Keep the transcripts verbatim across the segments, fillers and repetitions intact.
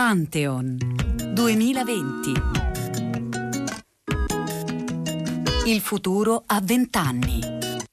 Pantheon duemilaventi. Il futuro a vent'anni.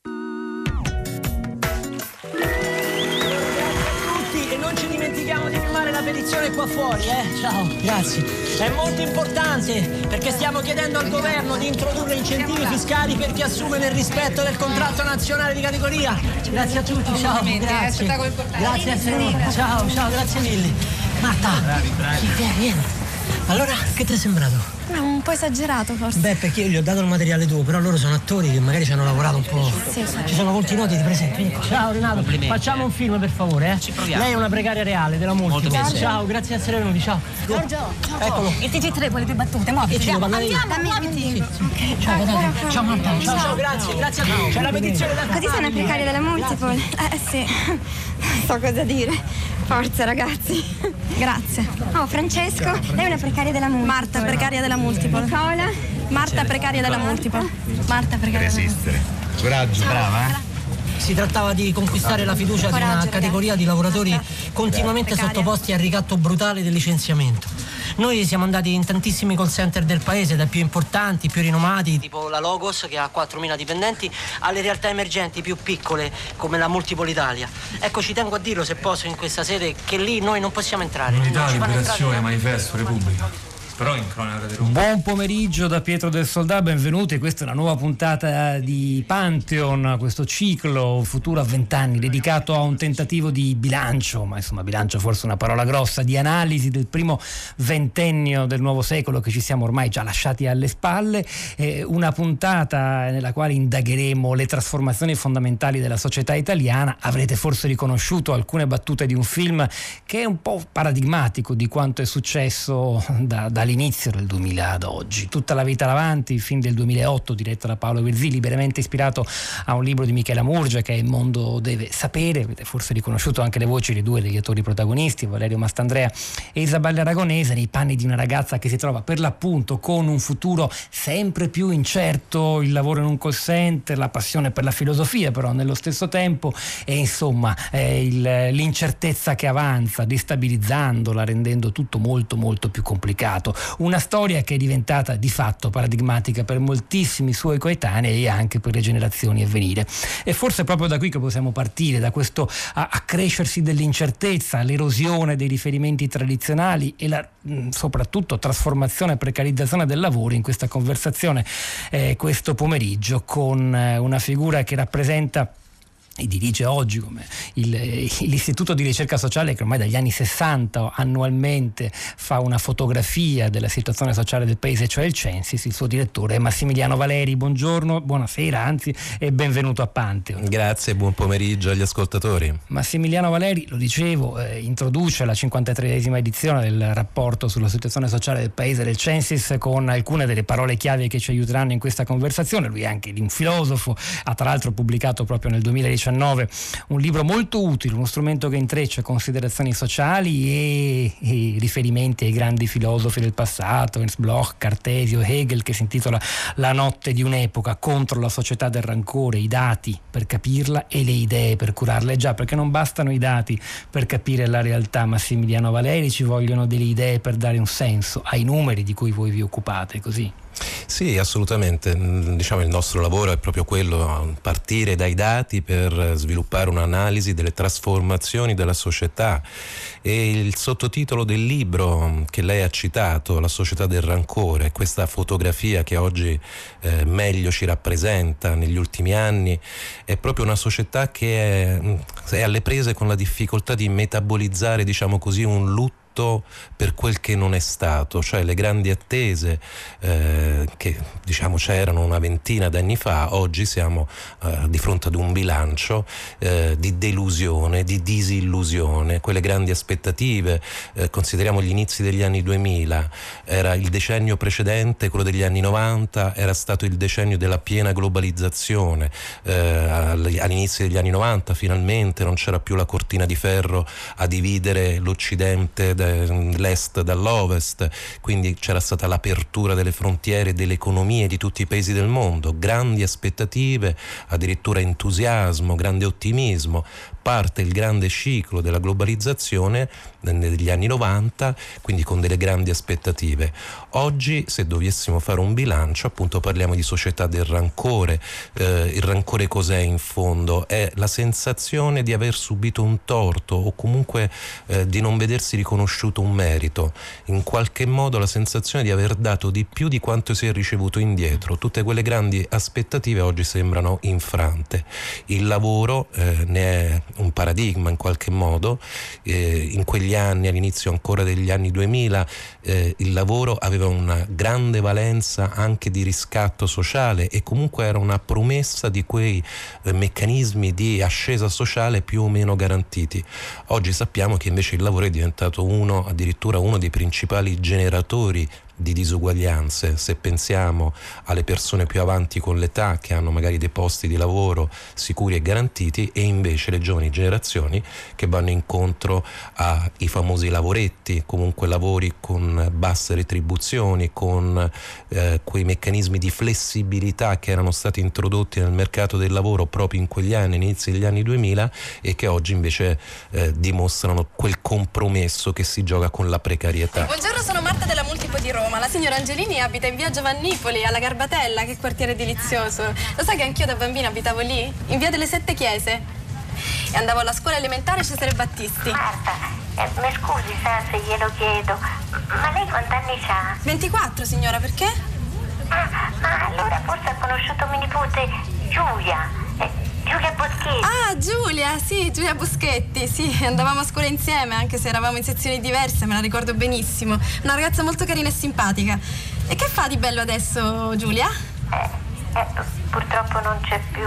E non ci dimentichiamo di firmare la petizione qua fuori, eh? Ciao, grazie. È molto importante perché stiamo chiedendo al governo di introdurre incentivi fiscali per chi assume nel rispetto del contratto nazionale di categoria. Grazie a tutti, ciao, grazie. Grazie a te. Ciao, ciao, grazie mille. Marta, bravi, bravi. Vieni, vieni. Allora, che ti è sembrato? Un po' esagerato forse. Beh, perché io gli ho dato il materiale tuo, però loro sono attori che magari ci hanno lavorato un po'. Sì, sì. Ci sono molti noti, ti presento. Vieni qua. Ciao Renato, facciamo un film per favore, eh? Ci proviamo. Lei è una precaria reale della Multiplo. Ciao, grazie di essere venuti, ciao. Giorgio, ciao. Eccolo. Il T G tre con le tue battute, muoviti. Ci devo parlare io. Andiamo, muoviti. Ok, ciao, guardate. Ciao Marta. Ciao, ciao, grazie, grazie a tutti. C'è la petizione da Così sei una precaria della Multiplo. Eh sì. Non so cosa dire. Forza ragazzi. Grazie. Oh, Francesco, lei è una precaria della Multiplo. Marta, precaria della Multiplo. Nicola, Marta, precaria della Multiplo. Marta, precaria della Multiplo. Resistere. Coraggio. Brava, eh? Si trattava di conquistare la fiducia di una categoria di lavoratori continuamente sottoposti al ricatto brutale del licenziamento. Noi siamo andati in tantissimi call center del paese, dai più importanti, più rinomati, tipo la Logos che ha quattromila dipendenti, alle realtà emergenti più piccole come la Multipol Italia. Ecco, ci tengo a dirlo se posso in questa sede che lì noi non possiamo entrare. Unità, entrare... liberazione, manifesto, repubblica. Però in cronaca di Roma. Buon pomeriggio da Pietro del Soldà, benvenuti. Questa è una nuova puntata di Pantheon, questo ciclo Futuro a vent'anni dedicato a un tentativo di bilancio, ma insomma bilancio forse una parola grossa, di analisi del primo ventennio del nuovo secolo che ci siamo ormai già lasciati alle spalle. Eh, una puntata nella quale indagheremo le trasformazioni fondamentali della società italiana. Avrete forse riconosciuto alcune battute di un film che è un po' paradigmatico di quanto è successo da, da all'inizio del duemila ad oggi. Tutta la vita avanti, il film del duemilaotto diretto da Paolo Virzì, liberamente ispirato a un libro di Michela Murgia che è Il mondo deve sapere. Avete forse riconosciuto anche le voci dei due degli attori protagonisti, Valerio Mastandrea e Isabella Aragonese, nei panni di una ragazza che si trova per l'appunto con un futuro sempre più incerto, il lavoro in un call center, la passione per la filosofia però nello stesso tempo, e insomma eh, il, l'incertezza che avanza, destabilizzandola, rendendo tutto molto molto più complicato. Una storia che è diventata di fatto paradigmatica per moltissimi suoi coetanei e anche per le generazioni a venire. E forse è proprio da qui che possiamo partire, da questo accrescersi dell'incertezza, l'erosione dei riferimenti tradizionali e la mh, soprattutto trasformazione e precarizzazione del lavoro, in questa conversazione eh, questo pomeriggio con eh, una figura che rappresenta e dirige oggi come il, l'Istituto di Ricerca Sociale, che ormai dagli anni sessanta annualmente fa una fotografia della situazione sociale del paese, cioè il Censis. Il suo direttore è Massimiliano Valeri. Buongiorno, buonasera anzi, e benvenuto a Pantheon. Grazie, buon pomeriggio agli ascoltatori. Massimiliano Valeri, lo dicevo, eh, introduce la cinquantatreesima edizione del rapporto sulla situazione sociale del paese del Censis con alcune delle parole chiave che ci aiuteranno in questa conversazione. Lui è anche un filosofo, ha tra l'altro pubblicato proprio nel duemiladiciannove un libro molto utile, uno strumento che intreccia considerazioni sociali e, e riferimenti ai grandi filosofi del passato, Ernst Bloch, Cartesio, Hegel, che si intitola La notte di un'epoca, contro la società del rancore, i dati per capirla e le idee per curarla. E già, perché non bastano i dati per capire la realtà, Massimiliano Valeri, ci vogliono delle idee per dare un senso ai numeri di cui voi vi occupate, così? Sì, assolutamente. Diciamo il nostro lavoro è proprio quello, partire dai dati per sviluppare un'analisi delle trasformazioni della società. E il sottotitolo del libro che lei ha citato, La società del rancore, questa fotografia che oggi eh, meglio ci rappresenta negli ultimi anni, è proprio una società che è, è alle prese con la difficoltà di metabolizzare, diciamo così, un lutto per quel che non è stato, cioè le grandi attese eh, che diciamo c'erano una ventina d'anni fa. Oggi siamo eh, di fronte ad un bilancio eh, di delusione, di disillusione. Quelle grandi aspettative, eh, consideriamo gli inizi degli anni duemila, era il decennio precedente, quello degli anni novanta era stato il decennio della piena globalizzazione. eh, all'inizio degli anni novanta finalmente non c'era più la cortina di ferro a dividere l'Occidente l'est dall'ovest, quindi c'era stata l'apertura delle frontiere delle economie di tutti i paesi del mondo, grandi aspettative, addirittura entusiasmo, grande ottimismo. parte il grande ciclo della globalizzazione negli anni novanta, quindi con delle grandi aspettative. Oggi, se dovessimo fare un bilancio, appunto parliamo di società del rancore. Eh, il rancore cos'è in fondo? È la sensazione di aver subito un torto o comunque eh, di non vedersi riconosciuto un merito, in qualche modo la sensazione di aver dato di più di quanto si è ricevuto indietro. Tutte quelle grandi aspettative oggi sembrano infrante. Il lavoro eh, ne è un paradigma in qualche modo. Eh, in quegli anni, all'inizio ancora degli anni duemila, eh, il lavoro aveva una grande valenza anche di riscatto sociale e comunque era una promessa di quei eh, meccanismi di ascesa sociale più o meno garantiti. Oggi sappiamo che invece il lavoro è diventato uno, addirittura uno dei principali generatori di disuguaglianze. Se pensiamo alle persone più avanti con l'età che hanno magari dei posti di lavoro sicuri e garantiti, e invece le giovani generazioni che vanno incontro ai famosi lavoretti, comunque lavori con basse retribuzioni, con eh, quei meccanismi di flessibilità che erano stati introdotti nel mercato del lavoro proprio in quegli anni, inizi degli anni duemila, e che oggi invece eh, dimostrano quel compromesso che si gioca con la precarietà. Buongiorno, sono Marta della Multipo di Roma. La signora Angelini abita in via Giovannipoli, alla Garbatella, che quartiere delizioso. Lo sai che anch'io da bambina abitavo lì? In via delle Sette Chiese. E andavo alla scuola elementare Cesare Battisti. Marta, eh, mi scusi sa se glielo chiedo, ma lei quanti anni ha? ventiquattro, signora, perché? Ah, ma allora forse ha conosciuto mia nipote Giulia. Eh, Giulia Boschetti. Ah, Giulia, sì, Giulia Boschetti, sì, andavamo a scuola insieme, anche se eravamo in sezioni diverse, me la ricordo benissimo. Una ragazza molto carina e simpatica. E che fa di bello adesso, Giulia? Eh, eh, purtroppo non c'è più.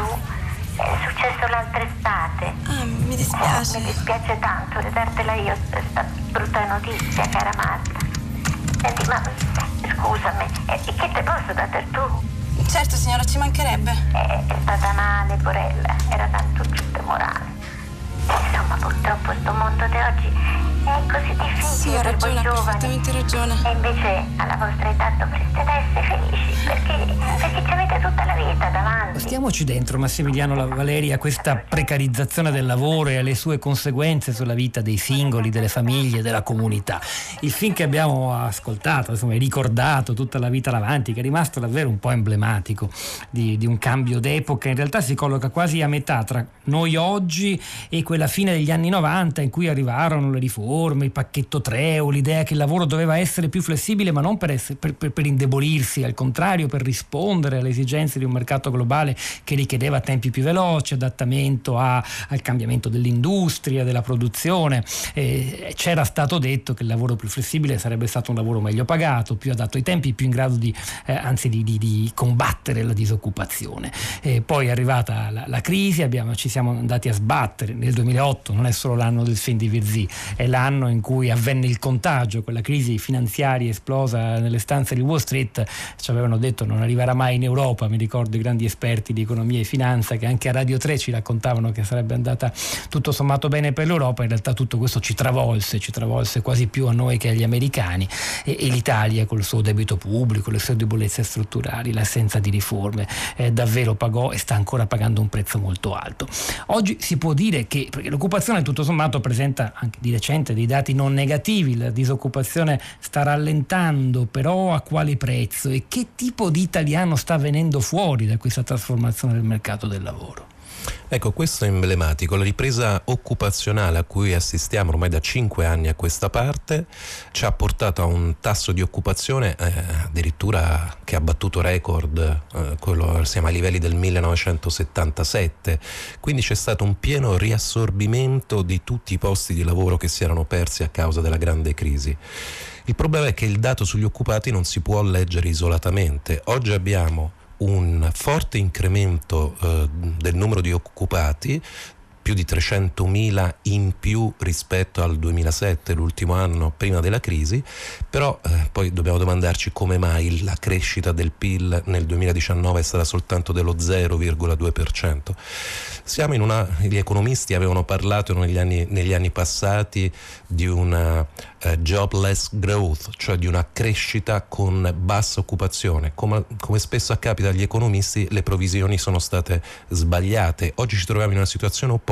È successo l'altra estate. Ah, mi dispiace. Eh, mi dispiace tanto ridartela io questa brutta notizia, cara Marta. Senti, ma scusami, eh, che te posso dare tu? Certo, signora, ci mancherebbe. È, è stata male, porella, era tanto giù di morale. Insomma, purtroppo sto mondo di oggi è così difficile. Sì, ha ragione, ha perfettamente ragione. E invece alla vostra età dovreste essere felici, perché, perché ci avete tutta la vita davanti. Stiamoci dentro, Massimiliano Lavalerie, a questa precarizzazione del lavoro e alle sue conseguenze sulla vita dei singoli, delle famiglie, della comunità. Il film che abbiamo ascoltato, insomma, ricordato tutta la vita davanti, che è rimasto davvero un po' emblematico di, di un cambio d'epoca, in realtà si colloca quasi a metà tra noi oggi e quella fine degli anni novanta in cui arrivarono le riforme, il pacchetto Treu, l'idea che il lavoro doveva essere più flessibile, ma non per, essere, per, per, per indebolirsi, al contrario, per rispondere alle esigenze di un mercato globale che richiedeva tempi più veloci, adattamento a, al cambiamento dell'industria, della produzione. Eh, c'era stato detto che il lavoro più flessibile sarebbe stato un lavoro meglio pagato, più adatto ai tempi, più in grado di, eh, anzi di, di, di combattere la disoccupazione. Eh, poi è arrivata la, la crisi, abbiamo, ci siamo andati a sbattere nel duemilaotto, non è solo l'anno del film di Virzì, è l'anno in cui avvenne il contagio, quella crisi finanziaria esplosa nelle stanze di Wall Street. Ci avevano detto non arriverà mai in Europa, mi ricordo i grandi esperti di economia e finanza che anche a Radio tre ci raccontavano che sarebbe andata tutto sommato bene per l'Europa. In realtà tutto questo ci travolse, ci travolse quasi più a noi che agli americani, e, e l'Italia col suo debito pubblico, le sue debolezze strutturali, l'assenza di riforme, eh, davvero pagò e sta ancora pagando un prezzo molto alto. Oggi si può dire che, perché l'occupazione tutto sommato presenta anche di recente dei dati non negativi, la disoccupazione sta rallentando, però a quale prezzo e che tipo di italiano sta venendo fuori da questa trasformazione del mercato del lavoro? Ecco, questo è emblematico. La ripresa occupazionale a cui assistiamo ormai da cinque anni a questa parte ci ha portato a un tasso di occupazione eh, addirittura che ha battuto record, eh, quello siamo ai livelli del millenovecentosettantasette, quindi c'è stato un pieno riassorbimento di tutti i posti di lavoro che si erano persi a causa della grande crisi. Il problema è che il dato sugli occupati non si può leggere isolatamente. Oggi abbiamo un forte incremento eh, del numero di occupati, più di trecentomila in più rispetto al duemilasette, l'ultimo anno prima della crisi, però eh, poi dobbiamo domandarci come mai la crescita del P I L nel duemiladiciannove è stata soltanto dello zero virgola due per cento. Siamo in una, gli economisti avevano parlato negli anni, negli anni passati di una uh, jobless growth, cioè di una crescita con bassa occupazione. Come, come spesso accapita agli economisti, le previsioni sono state sbagliate. Oggi ci troviamo in una situazione opposta.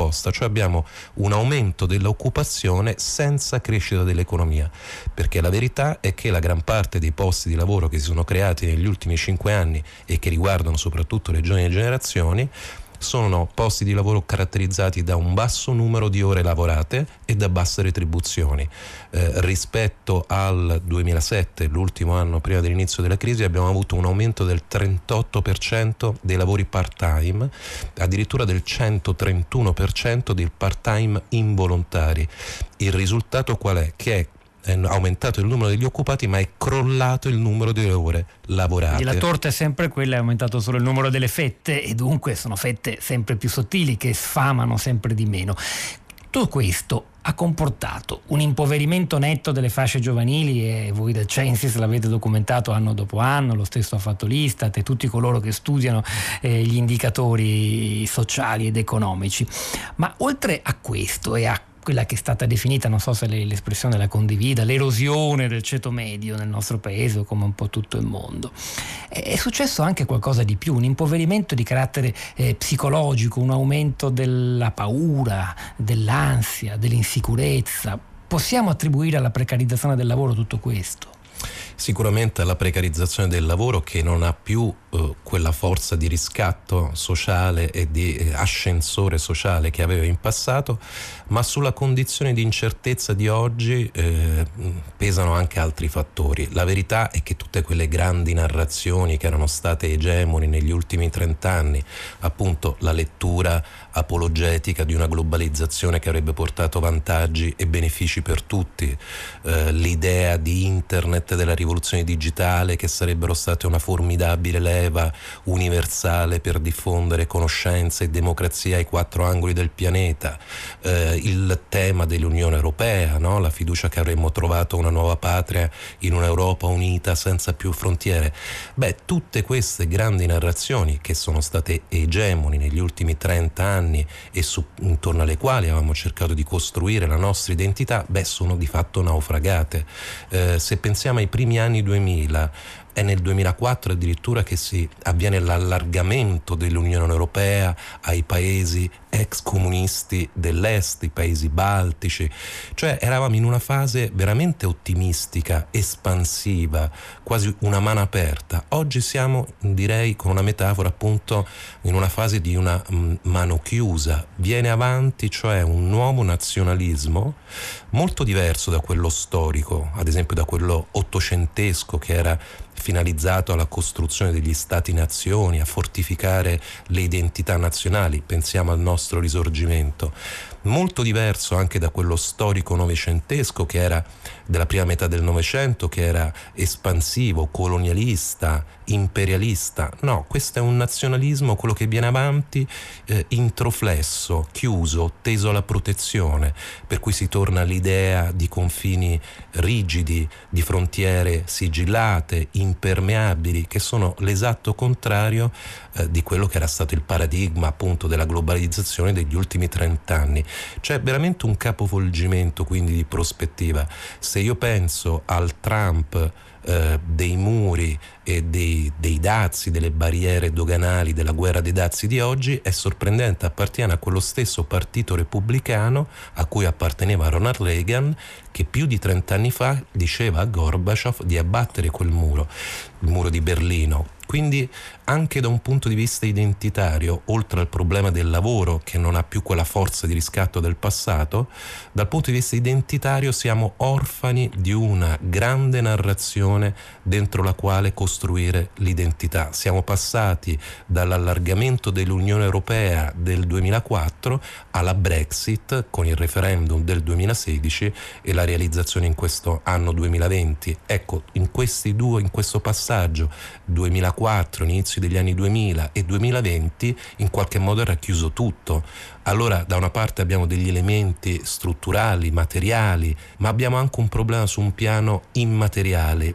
opposta, cioè abbiamo un aumento dell'occupazione senza crescita dell'economia, perché la verità è che la gran parte dei posti di lavoro che si sono creati negli ultimi cinque anni e che riguardano soprattutto le giovani generazioni sono posti di lavoro caratterizzati da un basso numero di ore lavorate e da basse retribuzioni. Eh, rispetto al duemilasette, l'ultimo anno prima dell'inizio della crisi, abbiamo avuto un aumento del trentotto per cento dei lavori part-time, addirittura del centotrentuno per cento dei part-time involontari. Il risultato qual è? Che è è aumentato il numero degli occupati, ma è crollato il numero delle ore lavorate. E la torta è sempre quella, è aumentato solo il numero delle fette, e dunque sono fette sempre più sottili che sfamano sempre di meno. Tutto questo ha comportato un impoverimento netto delle fasce giovanili, e voi del Censis l'avete documentato anno dopo anno, lo stesso ha fatto l'Istat e tutti coloro che studiano eh, gli indicatori sociali ed economici. Ma oltre a questo e a quella che è stata definita, non so se l'espressione la condivida, l'erosione del ceto medio nel nostro paese, come un po' tutto il mondo, è successo anche qualcosa di più, un impoverimento di carattere eh, psicologico, un aumento della paura, dell'ansia, dell'insicurezza. Possiamo attribuire alla precarizzazione del lavoro tutto questo? Sicuramente alla precarizzazione del lavoro, che non ha più eh, quella forza di riscatto sociale e di eh, ascensore sociale che aveva in passato, ma sulla condizione di incertezza di oggi eh, pesano anche altri fattori. La verità è che tutte quelle grandi narrazioni che erano state egemoni negli ultimi trent'anni, appunto la lettura apologetica di una globalizzazione che avrebbe portato vantaggi e benefici per tutti, eh, l'idea di internet, della rivoluzione digitale, che sarebbero state una formidabile leva universale per diffondere conoscenza e democrazia ai quattro angoli del pianeta, eh, il tema dell'Unione Europea, no? La fiducia che avremmo trovato una nuova patria in un'Europa unita senza più frontiere. Beh, tutte queste grandi narrazioni che sono state egemoni negli ultimi trenta anni e su, intorno alle quali avevamo cercato di costruire la nostra identità, beh, sono di fatto naufragate. Eh, se pensiamo ai primi anni duemila, è nel duemilaquattro addirittura che si avviene l'allargamento dell'Unione Europea ai paesi ex comunisti dell'est, i paesi baltici, cioè eravamo in una fase veramente ottimistica, espansiva, quasi una mano aperta. Oggi siamo, direi con una metafora, appunto in una fase di una mh, mano chiusa. Viene avanti cioè un nuovo nazionalismo molto diverso da quello storico, ad esempio da quello ottocentesco, che era finalizzato alla costruzione degli stati-nazioni, a fortificare le identità nazionali. Pensiamo al nostro risorgimento. Molto diverso anche da quello storico novecentesco, che era della prima metà del Novecento, che era espansivo, colonialista, imperialista. No, questo è un nazionalismo, quello che viene avanti, eh, introflesso, chiuso, teso alla protezione, per cui si torna all'idea di confini rigidi, di frontiere sigillate, impermeabili, che sono l'esatto contrario eh, di quello che era stato il paradigma, appunto, della globalizzazione degli ultimi trent'anni. C'è veramente un capovolgimento quindi di prospettiva. Se io penso al Trump eh, dei muri e dei, dei dazi, delle barriere doganali, della guerra dei dazi di oggi, è sorprendente, appartiene a quello stesso partito repubblicano a cui apparteneva Ronald Reagan, che più di trent'anni fa diceva a Gorbaciov di abbattere quel muro, il muro di Berlino. Quindi anche da un punto di vista identitario, oltre al problema del lavoro che non ha più quella forza di riscatto del passato, dal punto di vista identitario siamo orfani di una grande narrazione dentro la quale costruire l'identità. Siamo passati dall'allargamento dell'Unione Europea del duemilaquattro alla Brexit con il referendum del duemilasedici e la realizzazione in questo anno duemilaventi. Ecco, in questi due, in questo passaggio duemilaquattro, inizio degli anni duemila e duemilaventi, in qualche modo è racchiuso tutto. Allora, da una parte abbiamo degli elementi strutturali, materiali, ma abbiamo anche un problema su un piano immateriale,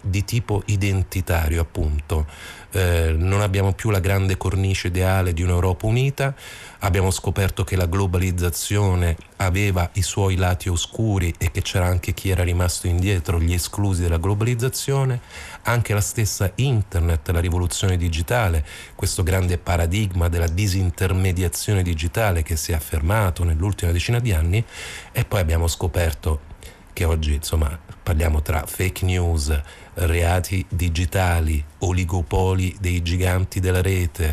di tipo identitario, appunto. Eh, non abbiamo più la grande cornice ideale di un'Europa unita, abbiamo scoperto che la globalizzazione aveva i suoi lati oscuri e che c'era anche chi era rimasto indietro, gli esclusi della globalizzazione. Anche la stessa internet, la rivoluzione digitale, questo grande paradigma della disintermediazione digitale che si è affermato nell'ultima decina di anni. E poi abbiamo scoperto che oggi, insomma, parliamo tra fake news, reati digitali, oligopoli dei giganti della rete,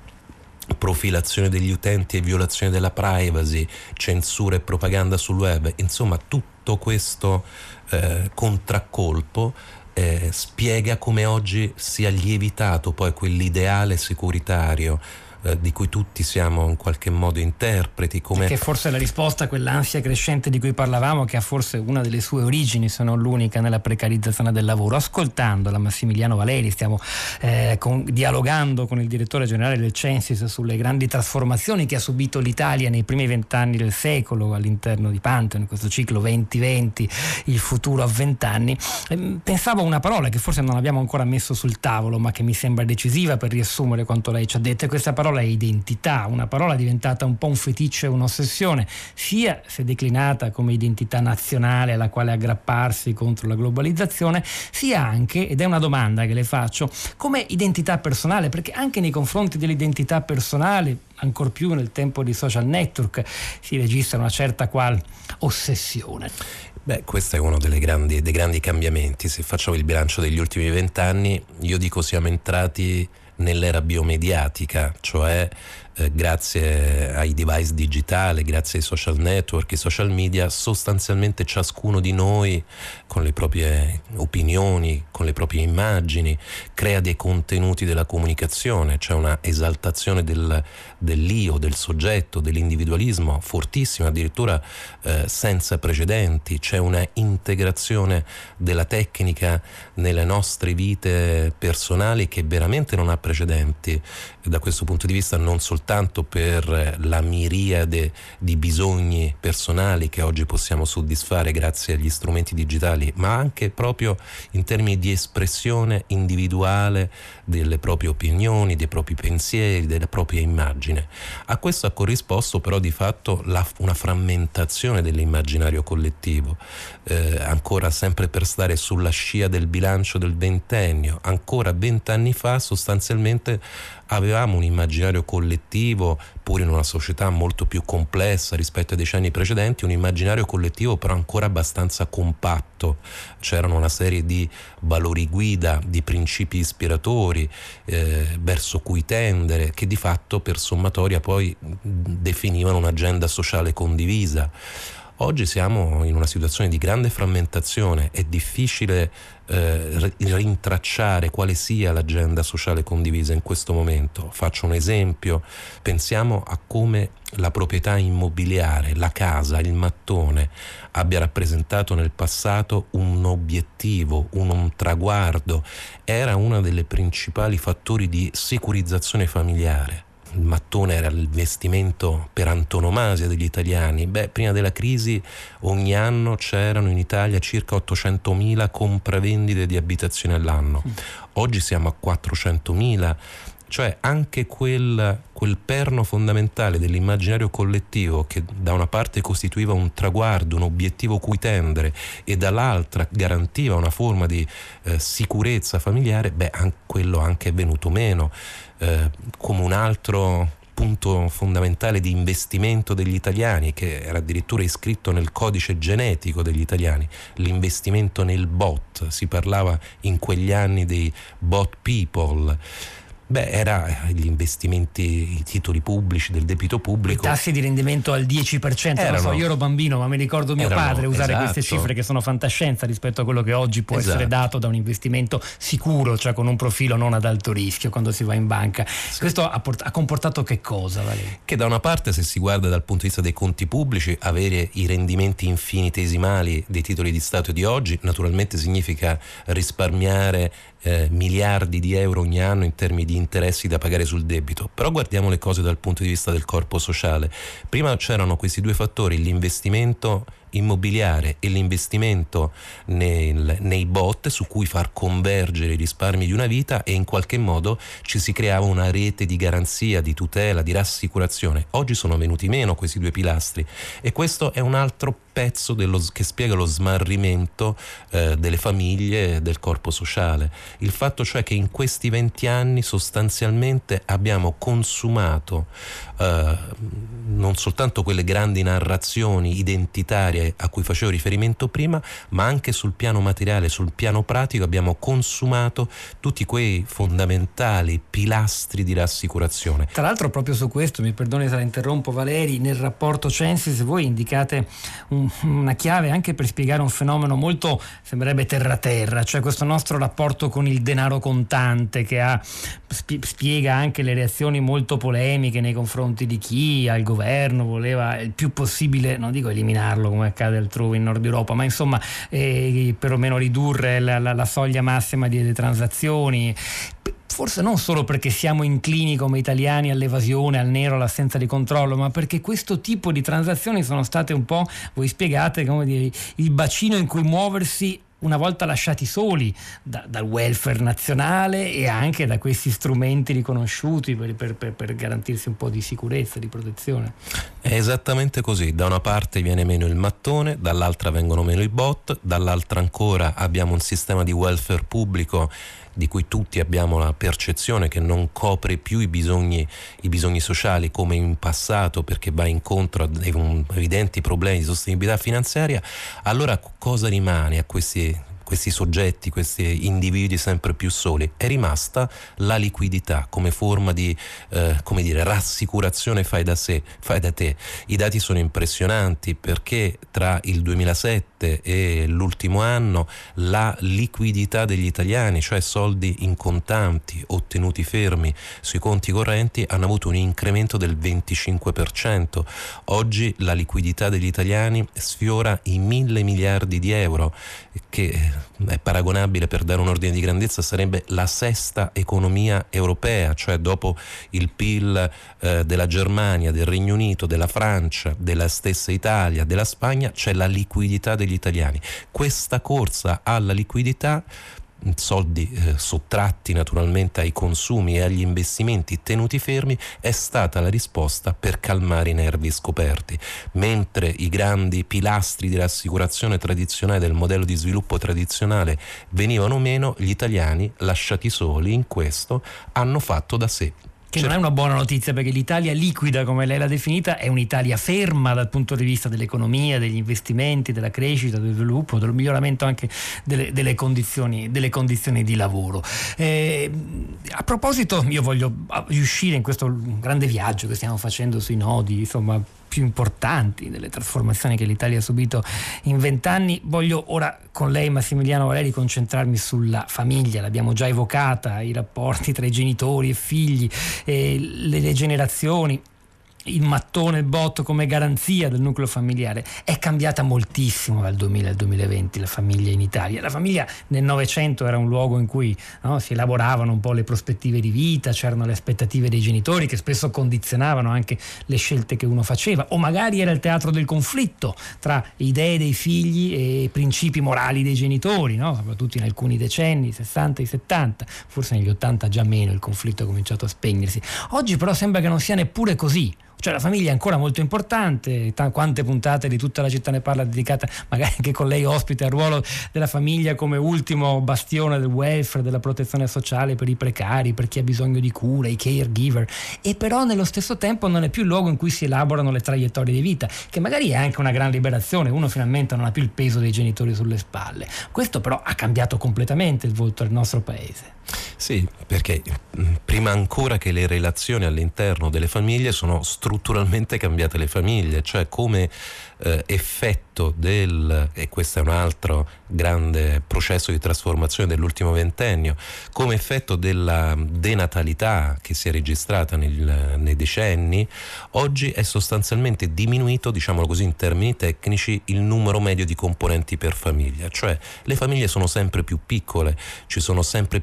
profilazione degli utenti e violazione della privacy, censura e propaganda sul web. Insomma, tutto questo eh, contraccolpo eh, spiega come oggi sia lievitato poi quell'ideale securitario eh, di cui tutti siamo in qualche modo interpreti, come... che forse è la risposta a quell'ansia crescente di cui parlavamo, che ha forse una delle sue origini, se non l'unica, nella precarizzazione del lavoro. Ascoltando la Massimiliano Valeri stiamo eh, con, dialogando con il direttore generale del Censis sulle grandi trasformazioni che ha subito l'Italia nei primi vent'anni del secolo all'interno di Pantheon, in questo ciclo venti venti, il futuro a vent'anni. Eh, pensavo a una parola che forse non abbiamo ancora messo sul tavolo, ma che mi sembra decisiva per riassumere quanto lei ci ha detto, e questa parola è identità, una parola diventata un po' un feticcio e un'ossessione, sia se declinata come identità nazionale alla quale aggrapparsi contro la globalizzazione, sia anche, ed è una domanda che le faccio, come identità personale, perché anche nei confronti dell'identità personale, ancor più nel tempo di social network, si registra una certa qual ossessione. Beh, questo è uno delle grandi, dei grandi cambiamenti. Se facciamo il bilancio degli ultimi vent'anni, io dico siamo entrati nell'era biomediatica, cioè eh, grazie ai device digitali, grazie ai social network, ai social media, sostanzialmente ciascuno di noi con le proprie opinioni, con le proprie immagini, crea dei contenuti della comunicazione. C'è una esaltazione del, dell'io, del soggetto, dell'individualismo fortissima, addirittura eh, senza precedenti. C'è una integrazione della tecnica nelle nostre vite personali che veramente non ha precedenti da questo punto di vista, non soltanto per la miriade di bisogni personali che oggi possiamo soddisfare grazie agli strumenti digitali, ma anche proprio in termini di espressione individuale delle proprie opinioni, dei propri pensieri, della propria immagine. A questo ha corrisposto però di fatto la, una frammentazione dell'immaginario collettivo, eh, ancora sempre per stare sulla scia del bilancio del ventennio. Ancora vent'anni fa sostanzialmente avevamo un immaginario collettivo, pur in una società molto più complessa rispetto ai decenni precedenti, un immaginario collettivo però ancora abbastanza compatto. C'erano una serie di valori guida, di principi ispiratori eh, verso cui tendere, che di fatto per sommatoria poi definivano un'agenda sociale condivisa. Oggi siamo in una situazione di grande frammentazione, è difficile eh, rintracciare quale sia l'agenda sociale condivisa in questo momento. Faccio un esempio: pensiamo a come la proprietà immobiliare, la casa, il mattone abbia rappresentato nel passato un obiettivo, un, un traguardo, era uno dei principali fattori di securizzazione familiare. Il mattone era l'investimento per antonomasia degli italiani. Beh, prima della crisi ogni anno c'erano in Italia circa ottocentomila compravendite di abitazioni all'anno. Oggi siamo a quattrocentomila. Cioè anche quel, quel perno fondamentale dell'immaginario collettivo, che da una parte costituiva un traguardo, un obiettivo cui tendere, e dall'altra garantiva una forma di eh, sicurezza familiare, beh, an- quello anche è venuto meno, eh, come un altro punto fondamentale di investimento degli italiani, che era addirittura iscritto nel codice genetico degli italiani, l'investimento nel bot. Si parlava in quegli anni dei bot people. Beh, era gli investimenti, i titoli pubblici, del debito pubblico. I tassi di rendimento al dieci per cento, erano, non so, io ero bambino, ma mi ricordo mio erano, padre usare esatto. queste cifre che sono fantascienza rispetto a quello che oggi può esatto. essere dato da un investimento sicuro, cioè con un profilo non ad alto rischio quando si va in banca. Sì. Questo ha, port- ha comportato che cosa, Valerio? Che da una parte, se si guarda dal punto di vista dei conti pubblici, avere i rendimenti infinitesimali dei titoli di Stato di oggi naturalmente significa risparmiare Eh, miliardi di euro ogni anno in termini di interessi da pagare sul debito. Però guardiamo le cose dal punto di vista del corpo sociale. Prima c'erano questi due fattori: l'investimento immobiliare e l'investimento nel, nei bot su cui far convergere i risparmi di una vita, e in qualche modo ci si creava una rete di garanzia, di tutela, di rassicurazione. Oggi sono venuti meno questi due pilastri, e questo è un altro pezzo dello, che spiega lo smarrimento eh, delle famiglie e del corpo sociale. Il fatto cioè che in questi venti anni sostanzialmente abbiamo consumato eh, non soltanto quelle grandi narrazioni identitarie a cui facevo riferimento prima, ma anche sul piano materiale, sul piano pratico abbiamo consumato tutti quei fondamentali pilastri di rassicurazione. Tra l'altro, proprio su questo, mi perdoni se la interrompo Valeri, nel rapporto Censis voi indicate un, una chiave anche per spiegare un fenomeno molto, sembrerebbe terra-terra, cioè questo nostro rapporto con il denaro contante, che ha, spiega anche le reazioni molto polemiche nei confronti di chi al governo voleva il più possibile, non dico eliminarlo come accade altrove in Nord Europa, ma insomma eh, perlomeno ridurre la, la, la soglia massima delle transazioni. Forse non solo perché siamo inclini come italiani all'evasione, al nero, all'assenza di controllo, ma perché questo tipo di transazioni sono state un po', voi spiegate, come dire, il bacino in cui muoversi una volta lasciati soli da, dal welfare nazionale e anche da questi strumenti riconosciuti per, per, per, per garantirsi un po' di sicurezza, di protezione. È esattamente così, da una parte viene meno il mattone, dall'altra vengono meno i bot, dall'altra ancora abbiamo un sistema di welfare pubblico di cui tutti abbiamo la percezione che non copre più i bisogni, i bisogni sociali come in passato, perché va incontro a evidenti problemi di sostenibilità finanziaria. Allora cosa rimane a questi questi soggetti, questi individui sempre più soli? È rimasta la liquidità come forma di eh, come dire, rassicurazione fai da sé, fai da te. I dati sono impressionanti, perché tra il duemilasette e l'ultimo anno la liquidità degli italiani, cioè soldi in contanti ottenuti fermi sui conti correnti, hanno avuto un incremento del venticinque per cento. Oggi la liquidità degli italiani sfiora i mille miliardi di euro, che è paragonabile, per dare un ordine di grandezza, sarebbe la sesta economia europea, cioè dopo il P I L eh, della Germania, del Regno Unito, della Francia, della stessa Italia, della Spagna, c'è la liquidità degli italiani. Questa corsa alla liquidità, soldi eh, sottratti naturalmente ai consumi e agli investimenti tenuti fermi, è stata la risposta per calmare i nervi scoperti. Mentre i grandi pilastri di rassicurazione tradizionale del modello di sviluppo tradizionale venivano meno, gli italiani, lasciati soli in questo, hanno fatto da sé. Che non è una buona notizia, perché l'Italia liquida, come lei l'ha definita, è un'Italia ferma dal punto di vista dell'economia, degli investimenti, della crescita, del sviluppo, del miglioramento anche delle, delle, condizioni, delle condizioni di lavoro. Eh, a proposito, io voglio riuscire in questo grande viaggio che stiamo facendo sui nodi, insomma, più importanti delle trasformazioni che l'Italia ha subito in vent'anni. Voglio ora con lei, Massimiliano Valeri, concentrarmi sulla famiglia. L'abbiamo già evocata, i rapporti tra i genitori e figli, eh, le, le generazioni, il mattone, il bot come garanzia del nucleo familiare. È cambiata moltissimo dal duemila al duemilaventi la famiglia in Italia. La famiglia nel Novecento era un luogo in cui, no, si elaboravano un po' le prospettive di vita, c'erano le aspettative dei genitori che spesso condizionavano anche le scelte che uno faceva, o magari era il teatro del conflitto tra idee dei figli e principi morali dei genitori, no? Soprattutto in alcuni decenni, i sessanta, i settanta, forse negli ottanta già meno, il conflitto ha cominciato a spegnersi. Oggi però sembra che non sia neppure così. Cioè la famiglia è ancora molto importante, t- quante puntate di Tutta la città ne parla dedicate magari anche con lei ospite al ruolo della famiglia come ultimo bastione del welfare, della protezione sociale per i precari, per chi ha bisogno di cura, i caregiver, e però nello stesso tempo non è più il luogo in cui si elaborano le traiettorie di vita, che magari è anche una gran liberazione, uno finalmente non ha più il peso dei genitori sulle spalle. Questo però ha cambiato completamente il volto del nostro paese. Sì, perché prima ancora che le relazioni all'interno delle famiglie sono strutturalmente cambiate le famiglie, cioè come eh, effetto del, e questo è un altro grande processo di trasformazione dell'ultimo ventennio, come effetto della denatalità che si è registrata nel, nei decenni, oggi è sostanzialmente diminuito, diciamolo così in termini tecnici, il numero medio di componenti per famiglia, cioè le famiglie sono sempre più piccole, ci sono sempre più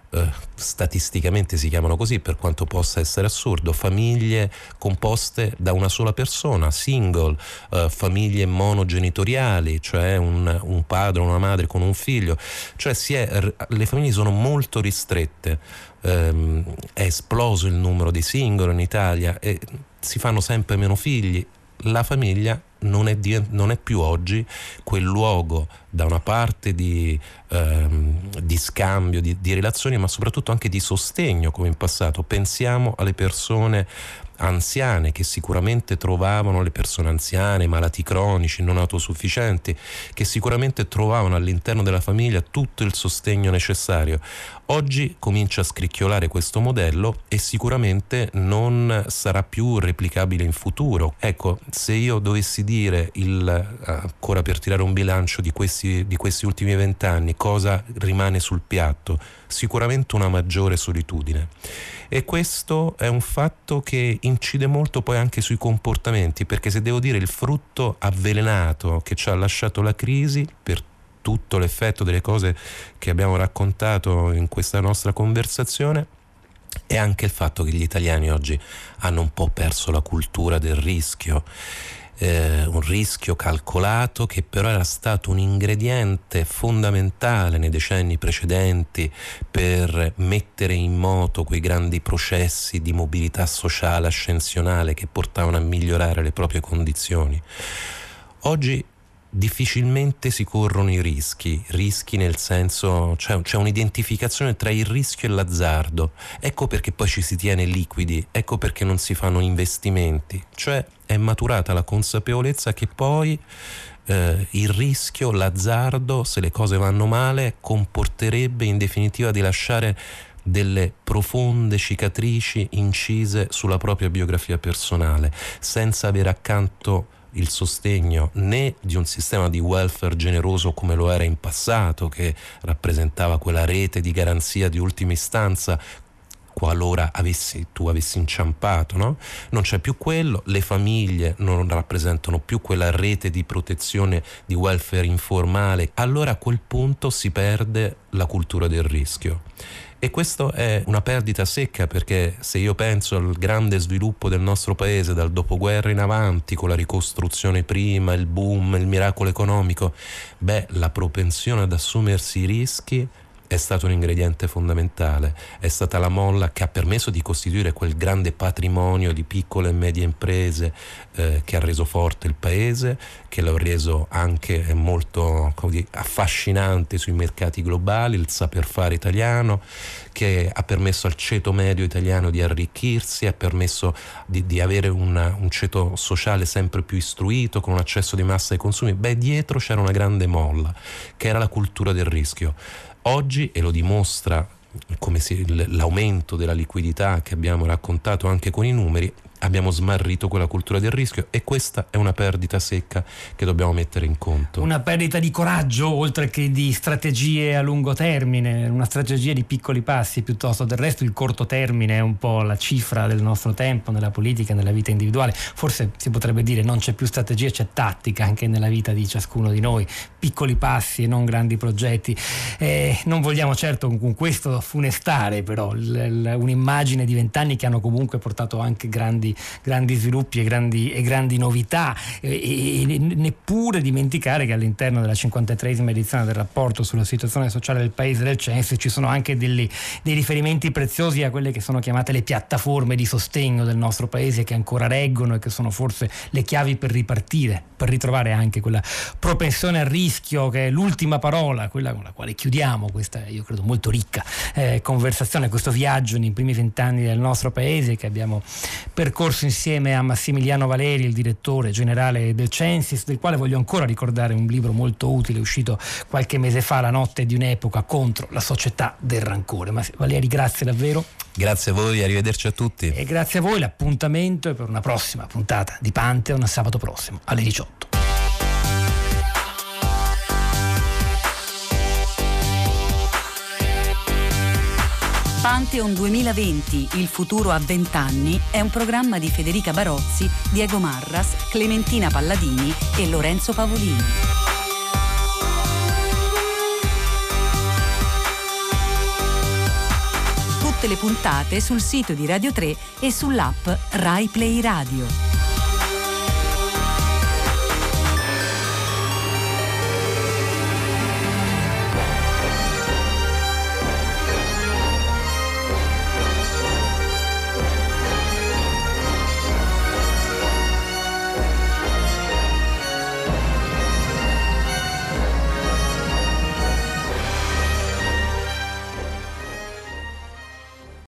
eh, statisticamente si chiamano così, per quanto possa essere assurdo, famiglie composte da una sola persona, single, eh, famiglie monogenitoriali, cioè un, un padre o una madre con un figlio, cioè si è, le famiglie sono molto ristrette, ehm, è esploso il numero di single in Italia e si fanno sempre meno figli. La famiglia non è, di, non è più oggi quel luogo da una parte di, ehm, di scambio, di, di relazioni, ma soprattutto anche di sostegno come in passato. Pensiamo alle persone anziane che sicuramente trovavano, le persone anziane, malati cronici, non autosufficienti, che sicuramente trovavano all'interno della famiglia tutto il sostegno necessario. Oggi comincia a scricchiolare questo modello e sicuramente non sarà più replicabile in futuro. Ecco, se io dovessi dire, il, ancora per tirare un bilancio di questi, di questi ultimi vent'anni, cosa rimane sul piatto? Sicuramente una maggiore solitudine. E questo è un fatto che incide molto poi anche sui comportamenti, perché se devo dire il frutto avvelenato che ci ha lasciato la crisi, per tutto l'effetto delle cose che abbiamo raccontato in questa nostra conversazione, è anche il fatto che gli italiani oggi hanno un po' perso la cultura del rischio. Eh, un rischio calcolato che però era stato un ingrediente fondamentale nei decenni precedenti per mettere in moto quei grandi processi di mobilità sociale ascensionale che portavano a migliorare le proprie condizioni. Oggi difficilmente si corrono i rischi, rischi nel senso, cioè c'è un'identificazione tra il rischio e l'azzardo. Ecco perché poi ci si tiene liquidi, ecco perché non si fanno investimenti, cioè è maturata la consapevolezza che poi eh, il rischio, l'azzardo, se le cose vanno male, comporterebbe in definitiva di lasciare delle profonde cicatrici incise sulla propria biografia personale, senza avere accanto il sostegno né di un sistema di welfare generoso come lo era in passato, che rappresentava quella rete di garanzia di ultima istanza qualora avessi, tu avessi inciampato, no? Non c'è più quello, le famiglie non rappresentano più quella rete di protezione di welfare informale. Allora a quel punto si perde la cultura del rischio. E questo è una perdita secca, perché se io penso al grande sviluppo del nostro paese dal dopoguerra in avanti, con la ricostruzione prima, il boom, il miracolo economico, beh, la propensione ad assumersi i rischi è stato un ingrediente fondamentale, è stata la molla che ha permesso di costituire quel grande patrimonio di piccole e medie imprese eh, che ha reso forte il paese, che l'ha reso anche molto, come dire, affascinante sui mercati globali, il saper fare italiano, che ha permesso al ceto medio italiano di arricchirsi, ha permesso di, di avere una, un ceto sociale sempre più istruito, con un accesso di massa ai consumi. Beh, dietro c'era una grande molla, che era la cultura del rischio. Oggi, e lo dimostra come si, l'aumento della liquidità che abbiamo raccontato anche con i numeri, abbiamo smarrito quella cultura del rischio, e questa è una perdita secca che dobbiamo mettere in conto. Una perdita di coraggio oltre che di strategie a lungo termine, una strategia di piccoli passi piuttosto. Del resto il corto termine è un po' la cifra del nostro tempo nella politica e nella vita individuale. Forse si potrebbe dire non c'è più strategia, c'è tattica anche nella vita di ciascuno di noi, piccoli passi e non grandi progetti. Eh, non vogliamo certo con questo funestare però l- l- un'immagine di vent'anni che hanno comunque portato anche grandi grandi sviluppi e grandi, e grandi novità, e, e neppure dimenticare che all'interno della cinquantatreesima edizione del rapporto sulla situazione sociale del paese del Censis ci sono anche degli, dei riferimenti preziosi a quelle che sono chiamate le piattaforme di sostegno del nostro paese, che ancora reggono e che sono forse le chiavi per ripartire, per ritrovare anche quella propensione al rischio che è l'ultima parola, quella con la quale chiudiamo questa, io credo, molto ricca eh, conversazione, questo viaggio nei primi vent'anni del nostro paese che abbiamo percorso corso insieme a Massimiliano Valeri, il direttore generale del Censis, del quale voglio ancora ricordare un libro molto utile uscito qualche mese fa, La notte di un'epoca contro la società del rancore. Ma Valeri, grazie davvero. Grazie a voi, arrivederci a tutti. E grazie a voi, l'appuntamento è per una prossima puntata di Pantheon sabato prossimo alle diciotto. Pantheon duemilaventi, il futuro a vent'anni, è un programma di Federica Barozzi, Diego Marras, Clementina Palladini e Lorenzo Pavolini. tutte le puntate sul sito di Radio tre e sull'app Rai Play Radio.